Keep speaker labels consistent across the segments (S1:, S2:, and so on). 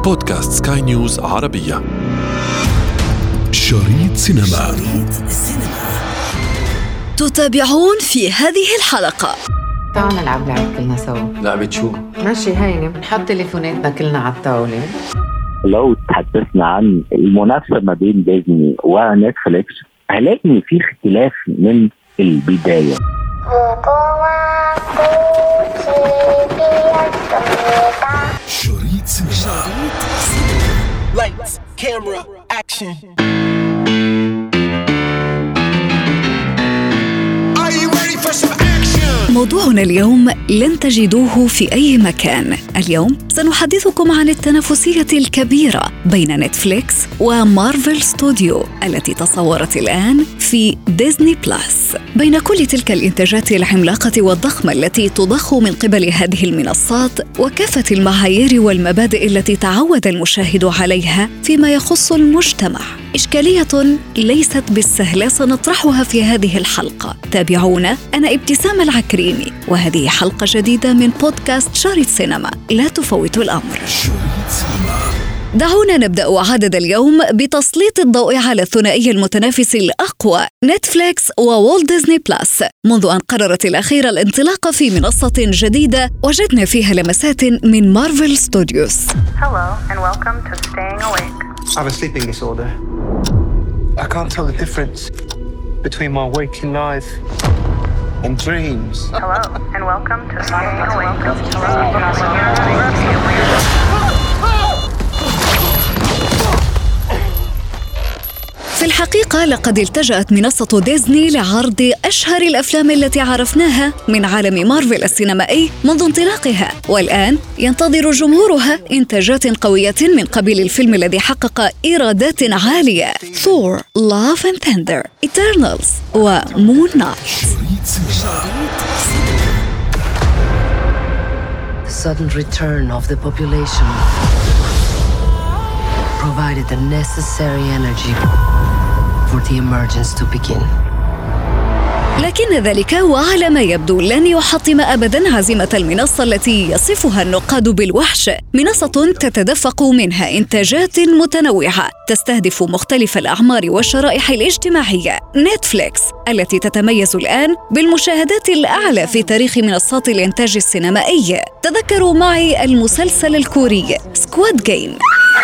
S1: بودكاست سكاي نيوز عربية. شريط سينما.
S2: تتابعون في هذه الحلقة.
S3: تعالوا نلعب لعبة كلنا سوا.
S4: لعبة شو؟
S3: ماشي هيني، بنحط تليفوناتنا كلنا على الطاولة.
S5: لو تحدثنا عن المنافسة ما بين ديزني ونتفليكس هلاقي إن في اختلاف من البداية.
S1: شريط سينما.
S6: Lights, camera, action. Are you ready for some action?
S2: موضوعنا اليوم لن تجدوه في أي مكان. اليوم سنحدثكم عن التنافسية الكبيرة بين نتفليكس ومارفل ستوديو التي تصورت الآن في ديزني بلاس. بين كل تلك الإنتاجات العملاقة والضخمة التي تضخ من قبل هذه المنصات وكافة المعايير والمبادئ التي تعود المشاهد عليها فيما يخص المجتمع، إشكالية ليست بالسهلة سنطرحها في هذه الحلقة. تابعونا، أنا ابتسام العكريمي، وهذه حلقة جديدة من بودكاست شريط سينما. لا تفوتوا الأمر. دعونا نبدأ عدد اليوم بتسليط الضوء على الثنائي المتنافس الأقوى نتفليكس ووالت ديزني بلاس. منذ أن قررت الأخيرة الانطلاق في منصة جديدة وجدنا فيها لمسات من مارفل ستوديوز.
S7: Hello and welcome to Staying Awake.
S8: I have a sleeping disorder. I can't tell the difference between my waking life and dreams.
S7: Hello and welcome to Staying Awake.
S2: في الحقيقة لقد التجأت منصة ديزني لعرض أشهر الأفلام التي عرفناها من عالم مارفل السينمائي منذ انطلاقها، والآن ينتظر جمهورها إنتاجات قوية من قبيل الفيلم الذي حقق إيرادات عالية: ثور، لاف اند ثاندر، إيترنالز ومون نايت.
S9: The sudden return of the population provided the necessary energy for the emergence to begin.
S2: لكن ذلك وعلى ما يبدو لن يحطم أبداً عزيمة المنصة التي يصفها النقاد بالوحش. منصة تتدفق منها إنتاجات متنوعة تستهدف مختلف الأعمار والشرائح الاجتماعية. نتفليكس التي تتميز الآن بالمشاهدات الأعلى في تاريخ منصات الإنتاج السينمائي. تذكروا معي المسلسل الكوري سكواد جيم.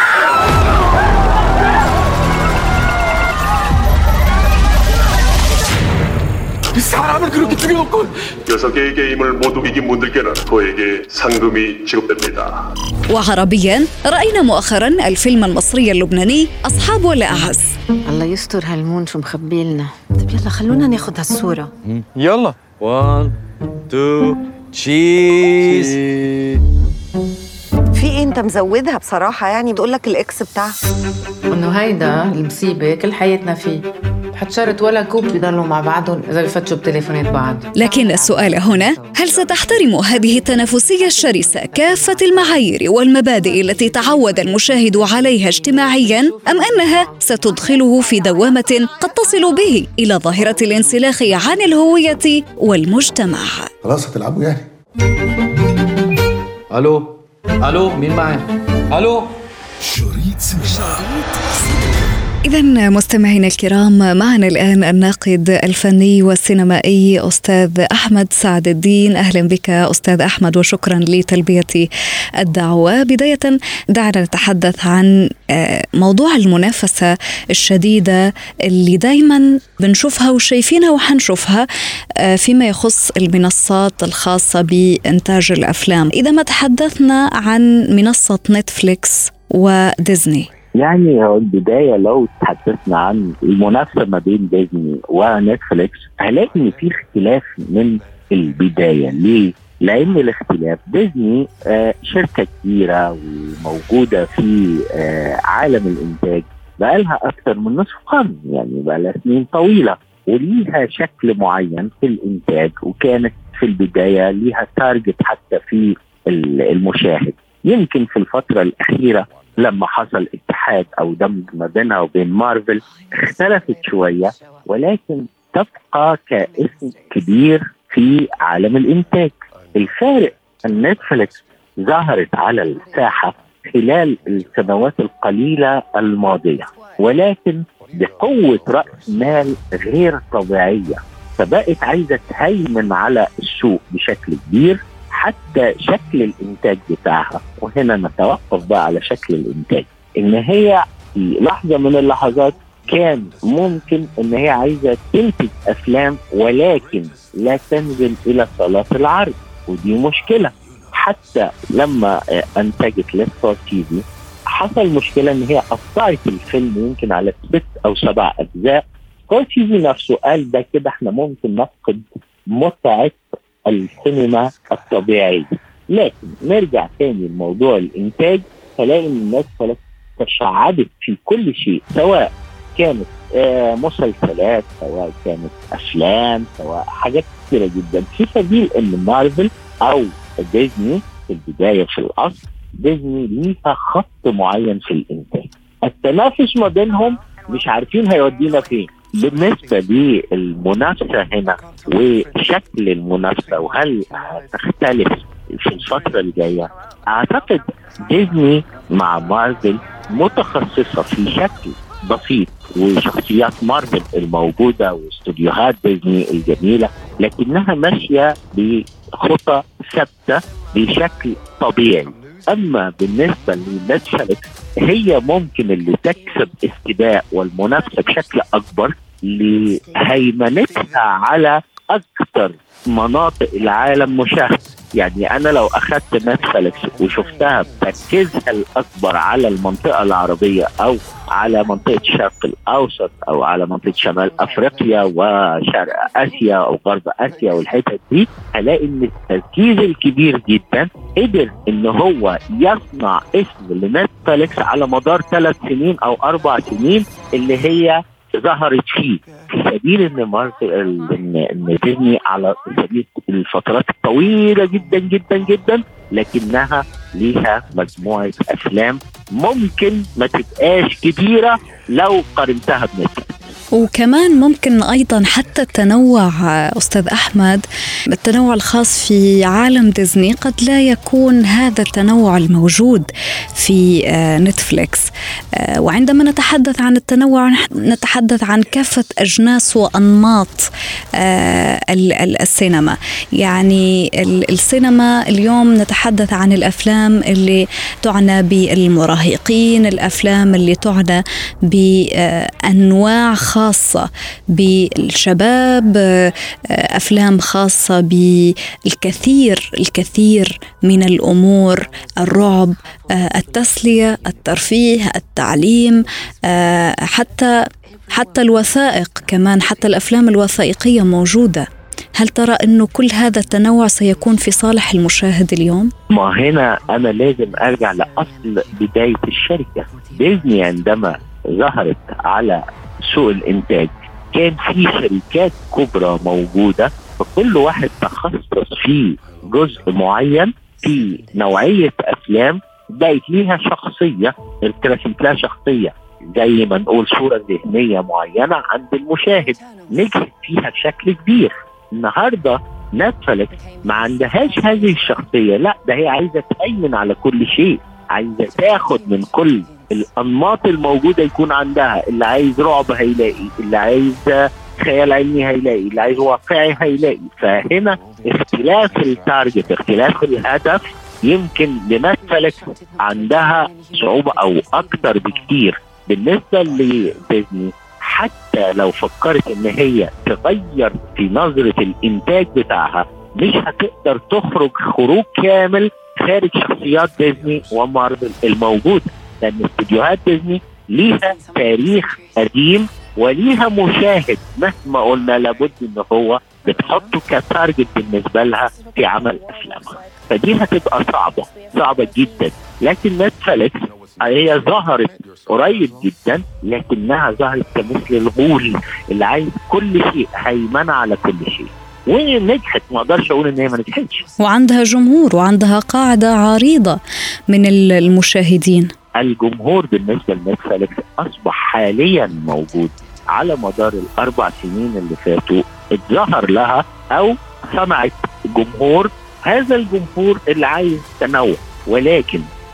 S10: 사람을 그렇게 죽여놓고 6개의 게임을 모두 이긴 분들께는 그에게 상금이 지급됩니다.
S2: وعربياً رأينا مؤخراً الفيلم المصري اللبناني أصحاب الأعز.
S3: الله يستر هالمون شو مخبيلنا. طيب يلا خلونا ناخد هالصورة.
S4: يلا 1 2 تشيز.
S11: في انت مزودها بصراحة، يعني بتقولك الإكس بتاعها
S3: إنه هيدا المصيبة كل حياتنا فيه. حتشرط ولا كوب بيضلوا مع بعضهم إذا بفتشوا بتليفونات بعض.
S2: لكن السؤال هنا، هل ستحترم هذه التنافسية الشرسة كافة المعايير والمبادئ التي تعود المشاهد عليها اجتماعياً، أم أنها ستدخله في دوامة قد تصل به إلى ظاهرة الانسلاخ عن الهوية والمجتمع؟
S12: خلاص هتلعبوا يعني.
S4: ألو مين معي؟ ألو.
S1: شريط سينما.
S2: إذن مستمعينا الكرام، معنا الآن الناقد الفني والسينمائي أستاذ أحمد سعد الدين. أهلا بك أستاذ أحمد وشكرا لتلبية الدعوة. بداية دعنا نتحدث عن موضوع المنافسة الشديدة اللي دايما بنشوفها وشايفينها وحنشوفها فيما يخص المنصات الخاصة بإنتاج الأفلام. إذا ما تحدثنا عن منصة نتفليكس وديزني،
S5: يعني هو البداية لو تحدثنا عن المنافسة ما بين ديزني ونتفليكس هلاقي إن في اختلاف من البداية. ليه؟ لأن الاختلاف ديزني شركة كبيرة وموجودة في عالم الإنتاج بقالها أكثر من نصف قرن، يعني بقالها سنين طويلة وليها شكل معين في الإنتاج، وكانت في البداية ليها تارجت حتى في المشاهد. يمكن في الفترة الأخيرة لما حصل اتحاد أو دمج ما بينها وبين مارفل اختلفت شوية، ولكن تبقى كاسم كبير في عالم الإنتاج. الفارق أن نتفليكس ظهرت على الساحة خلال السنوات القليلة الماضية، ولكن بقوة رأس مال غير طبيعية، فبقت عايزة تهيمن على السوق بشكل كبير، حتى شكل الإنتاج بتاعها. وهنا نتوقف بقى على شكل الإنتاج، إن هي في لحظة من اللحظات كان ممكن إن هي عايزة تنتج أفلام ولكن لا تنزل إلى صالات العرض، ودي مشكلة. حتى لما أنتجت ليستار تي في حصل مشكلة إن هي قطعت الفيلم يمكن على 6 أو 7 أجزاء. ستار تي في نفسه قال ده كده احنا ممكن نفقد متعة السينما الطبيعية. لكن نرجع تاني لموضوع الإنتاج، فلاقي إن الناس خلاص تشعبت في كل شيء، سواء كانت مسلسلات، سواء كانت أفلام، سواء حاجات كثيرة جدا، في سبيل إن مارفل أو ديزني في البداية في الأصل ديزني ليها خط معين في الإنتاج. التنافس ما بينهم مش عارفين هيودينا فين. بالنسبة للمنافسة هنا وشكل المنافسة وهل هتختلف في الفترة الجاية، أعتقد ديزني مع مارفل متخصصة في شكل بسيط، وشخصيات مارفل الموجودة واستوديوهات ديزني الجميلة، لكنها ماشية بخطى ثابتة بشكل طبيعي. أما بالنسبة لنتفليكس هي ممكن اللي تكسب استباء والمنافسة بشكل أكبر لهيمنتها على أكثر مناطق العالم مشاهدة. يعني أنا لو أخذت نتفليكس وشفتها تركيزها الأكبر على المنطقة العربية أو على منطقة الشرق الأوسط أو على منطقة شمال أفريقيا وشرق آسيا أو غرب آسيا والحتت دي، هلاقي إن التركيز الكبير جدا قدر إن هو يصنع اسم لنتفليكس على مدار 3 سنين أو 4 سنين اللي هي ظهرت فيه، في سبيل ان ديزني على سبيل الفترات الطويله جدا جدا جدا، لكنها ليها مجموعه افلام ممكن ما تبقاش كبيره لو قارنتها بنتفليكس.
S2: وكمان ممكن أيضا حتى التنوع أستاذ أحمد، التنوع الخاص في عالم ديزني قد لا يكون هذا التنوع الموجود في نتفليكس. وعندما نتحدث عن التنوع نتحدث عن كافة أجناس وأنماط السينما. يعني السينما اليوم نتحدث عن الأفلام اللي تعنى بالمراهقين، الأفلام اللي تعنى بأنواع خاصة بالشباب، أفلام خاصة بالكثير من الأمور، الرعب، التسلية، الترفيه، التعليم، حتى الوثائق كمان، حتى الأفلام الوثائقية موجودة. هل ترى أنه كل هذا التنوع سيكون في صالح المشاهد اليوم؟
S5: ما هنا أنا لازم أرجع لأصل بداية الشركة. ديزني عندما ظهرت على سوق الإنتاج كان في شركات كبرى موجودة، فكل واحد تخصص في جزء معين في نوعية أفلام، بقت ليها شخصية، الكراسم لها شخصية، زي ما نقول صورة ذهنية معينة عند المشاهد، نجحت فيها بشكل كبير. النهاردة نتفليكس ما عندهاش هذه الشخصية، لا ده هي عايزة تأمن على كل شيء، عايزة تاخد من كل الأنماط الموجودة يكون عندها. اللي عايز رعب هيلاقي، اللي عايز خيال علمي هيلاقي، اللي عايز واقعي هيلاقي. فهنا اختلاف التارجت، اختلاف الهدف، يمكن لنتفليكس عندها صعوبة أو أكتر بكتير. بالنسبة لديزني حتى لو فكرت إن هي تغير في نظرة الإنتاج بتاعها، مش هتقدر تخرج خروج كامل خارج شخصيات ديزني ومارفل الموجودة، لأن استديوهات ديزني ليها تاريخ قديم وليها مشاهد مهما قلنا لابد إن هو بتحطه كتارجت بالنسبة لها في عمل أفلامها. فدي هتبقى صعبة جدا. لكن نتفليكس هي ظهرت قريب جدا، لكنها ظهرت كمثل الغول اللي عايز كل شيء، هيمنع على كل شيء، ونجحت. ما اقدرش اقول ان هي ما نجحتش،
S2: وعندها جمهور وعندها قاعدة عريضة من المشاهدين.
S5: الجمهور بالنسبة لنتفليكس أصبح حاليا موجود على مدار ال4 سنين اللي فاتوا، اتظهر لها أو صنعت جمهور. هذا الجمهور اللي عايز تنوع، ولكن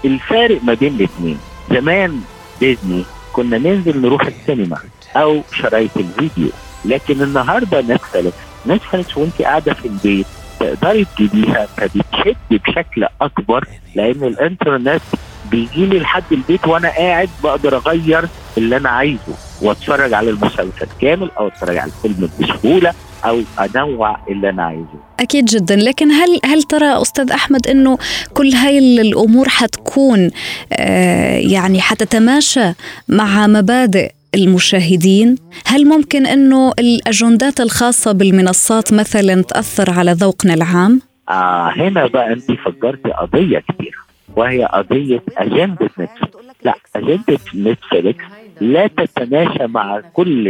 S5: الفارق ما بين الاثنين، زمان ديزني كنا ننزل نروح السينما او شرايط الفيديو، لكن النهارده نتفليكس وانت قاعده في البيت تقدري تجيبيها، فبتشد بشكل اكبر لان الانترنت بيجي لي لحد البيت وانا قاعد بقدر اغير اللي انا عايزه واتفرج على المسلسل كامل او اتفرج على الفيلم بسهوله او انوع اللي انا عايزه.
S2: اكيد جدا، لكن هل ترى استاذ احمد انه كل هاي الامور حتكون يعني حتتماشى مع مبادئ المشاهدين؟ هل ممكن انه الاجندات الخاصه بالمنصات مثلا تاثر على ذوقنا العام؟
S5: هنا بقى انت فكرتي قضيه كبيره، وهي قضيه اجنده نتفليكس. لا، اجنده نتفليكس لا تتماشى مع كل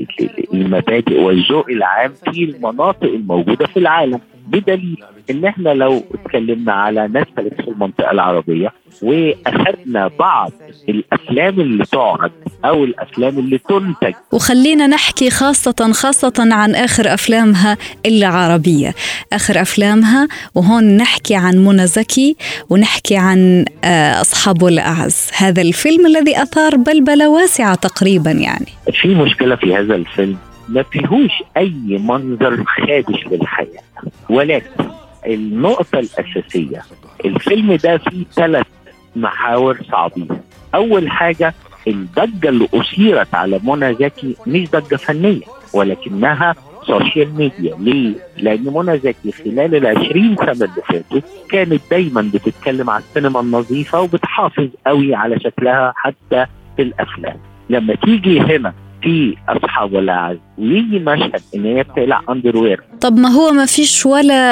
S5: المبادئ والذوق العام في المناطق الموجوده في العالم، بدليل ان احنا لو اتكلمنا على نتفليكس في المنطقه العربيه واخذنا بعض الافلام اللي تعرض او الافلام اللي تنتج،
S2: وخلينا نحكي خاصه عن اخر افلامها العربيه، اخر افلامها، وهون نحكي عن منى زكي ونحكي عن اصحابه الاعز، هذا الفيلم الذي اثار بلبله واسعه تقريبا. يعني في
S5: مشكله في هذا الفيلم، ما فيهوش اي منظر خادش للحياه، ولكن النقطه الاساسيه الفيلم ده فيه 3 محاور صعبين. اول حاجه الضجه اللي اثيرت على منى زكي مش ضجه فنيه ولكنها سوشيال ميديا. ليه؟ لان منى زكي خلال 20 سنه اللي فاتت كانت دايما بتتكلم على السينما النظيفه وبتحافظ قوي على شكلها حتى في الافلام. لما تيجي هنا في اصحاب الأعز ويجي مشهد ان هي بتقلع اندروير،
S2: طب ما هو ما فيش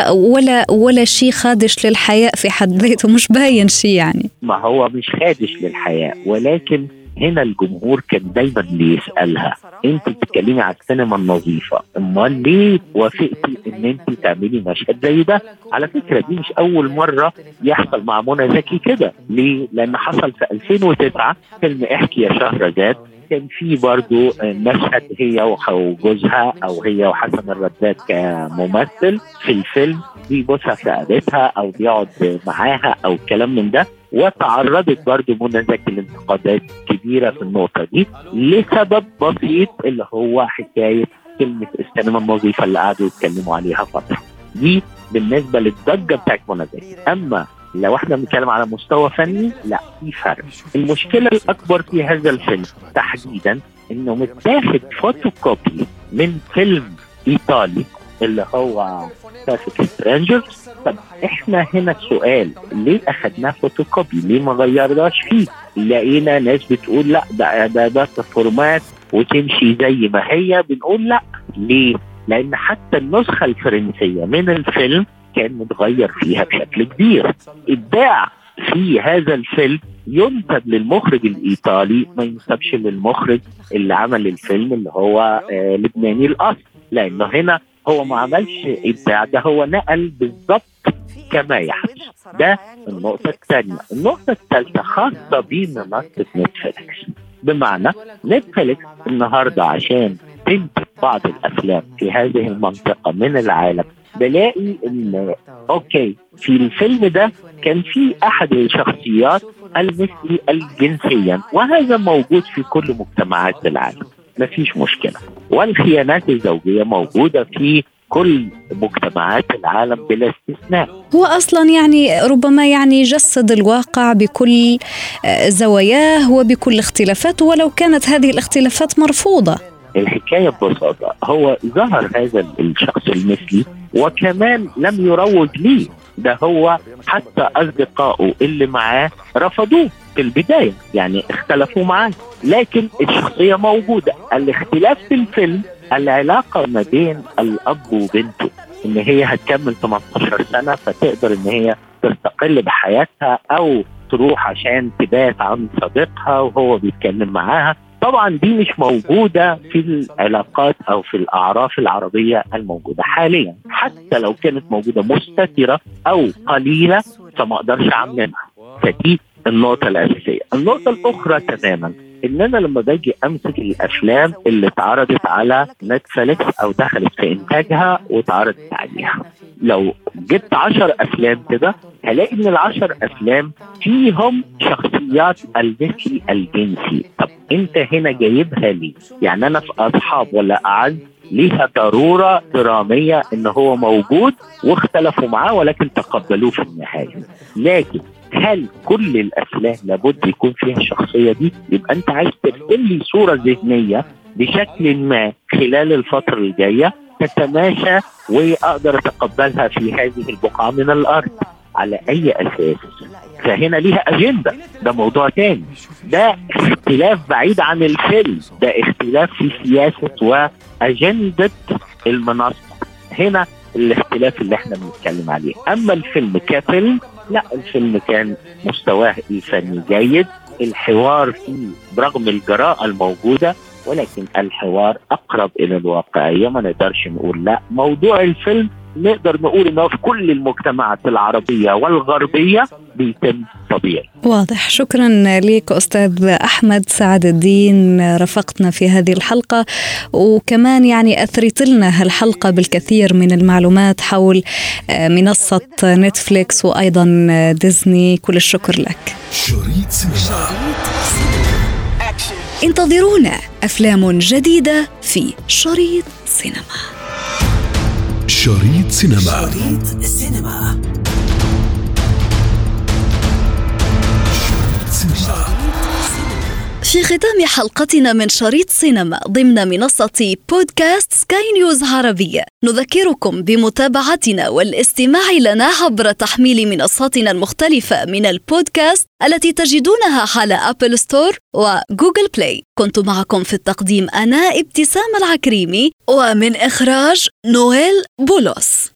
S2: ولا شيء خادش للحياة في حد ذاته، مش باين شيء يعني.
S5: ما هو مش خادش للحياة، ولكن هنا الجمهور كان دايما بيسألها انت بتتكلمي على السينما النظيفة، امال ليه وافقتي ان انت تعملي مشهد زي ده؟ على فكرة دي مش اول مرة يحصل مع منى زكي كده. ليه؟ لان حصل في 2009 فيلم احكي يا شهرزاد، كان في برضو مشهد هي وجوزها او هي وحسن الرداد كممثل في الفيلم بيبوسها في رقبتها او بيقعد معاها او كلام من ده، وتعرضت برضو منى زكي لانتقادات كبيرة في النقطة دي لسبب بسيط اللي هو حكاية كلمة السينما النظيفة اللي قعدوا يتكلموا عليها فترة. دي بالنسبة للضجة بتاعت منى زكي. اما لو احنا بنتكلم على مستوى فني، لا، في فرق. المشكلة الأكبر في هذا الفيلم تحديدا إنه متاخد فوتوكوبي من فيلم إيطالي اللي هو ترافيك سترينجرز. طب احنا هنا السؤال، ليه أخدناه فوتوكوبي؟ ليه ما غيرناش فيه؟ لقينا ناس بتقول لا ده فورمات وتمشي زي ما هي، بنقول لا. ليه؟ لأن حتى النسخة الفرنسية من الفيلم كان متغير فيها بشكل كبير. إبداع في هذا الفيلم ينسب للمخرج الإيطالي، ما ينسبش للمخرج اللي عمل الفيلم اللي هو لبناني الأصل، لأنه هنا هو ما عملش إبداع، ده هو نقل بالضبط كما يحدث. ده النقطة الثانية. النقطة الثالثة خاصة بمنصة نتفليكس، بمعنى نتفليكس النهاردة عشان تنتج بعض الأفلام في هذه المنطقة من العالم، بلاقي ان اوكي في الفيلم ده كان في احد الشخصيات المثلي الجنسيا، وهذا موجود في كل مجتمعات العالم، مفيش مشكلة. والخيانات الزوجية موجودة في كل مجتمعات العالم بلا استثناء.
S2: هو أصلا يعني ربما يعني يجسد الواقع بكل زواياه وبكل اختلافاته، ولو كانت هذه الاختلافات مرفوضة.
S5: الحكاية ببساطة هو ظهر هذا الشخص المثلي وكمان لم يروج ليه، ده هو حتى أصدقائه اللي معاه رفضوه في البداية، يعني اختلفوا معاه، لكن الشخصية موجودة. الاختلاف في الفيلم العلاقة ما بين الأب وبنته، إن هي هتكمل 18 سنة فتقدر إن هي تستقل بحياتها أو تروح عشان تبات عند صديقها وهو بيتكلم معاها. طبعا دي مش موجودة في العلاقات أو في الأعراف العربية الموجودة حاليا، حتى لو كانت موجودة مستترة أو قليلة فما أقدرش أعملها. فدي النقطة الأساسية. النقطة الأخرى تماما ان انا لما باجي امسك الافلام اللي اتعرضت على نتفليكس او دخلت في انتاجها واتعرضت عليها، لو جبت 10 افلام كده هلاقي ان ال10 افلام فيهم شخصيات المثلي الجنسي. طب انت هنا جايبها ليه؟ يعني انا في اصحاب ولا اعز ليها ضرورة درامية ان هو موجود واختلفوا معاه ولكن تقبلوه في النهاية. لكن هل كل الافلام لابد يكون فيها الشخصية دي؟ يبقى انت عايز ترسم لي صورة ذهنية بشكل ما خلال الفترة الجاية تتماشى واقدر اتقبلها في هذه البقعة من الارض. على اي اساس؟ فهنا ليها اجندة، ده موضوع تاني، ده اختلاف بعيد عن الفيلم، ده اختلاف في سياسة واجندة المنصة. هنا الاختلاف اللي احنا بنتكلم عليه. اما الفيلم كفيلم لا، الفيلم كان مستواه الفني جيد، الحوار فيه برغم الجراءة الموجودة ولكن الحوار اقرب الى الواقعية. ما نقدرش نقول لا، موضوع الفيلم نقدر نقول انه في كل المجتمعات العربية والغربية بيتم طبيعي.
S2: واضح. شكرا لك أستاذ أحمد سعد الدين، رافقتنا في هذه الحلقة وكمان يعني أثرت لنا هالحلقة بالكثير من المعلومات حول منصة نتفليكس وأيضا ديزني. كل الشكر لك.
S1: شريط سينما.
S2: انتظرونا أفلام جديدة في شريط سينما.
S1: شريط سينما.
S2: شريط سينما. في ختام حلقتنا من شريط سينما ضمن منصة بودكاست سكاي نيوز عربية، نذكركم بمتابعتنا والاستماع لنا عبر تحميل منصاتنا المختلفة من البودكاست التي تجدونها على أبل ستور وجوجل بلاي. كنت معكم في التقديم أنا ابتسام العكريمي، ومن إخراج نويل بولوس.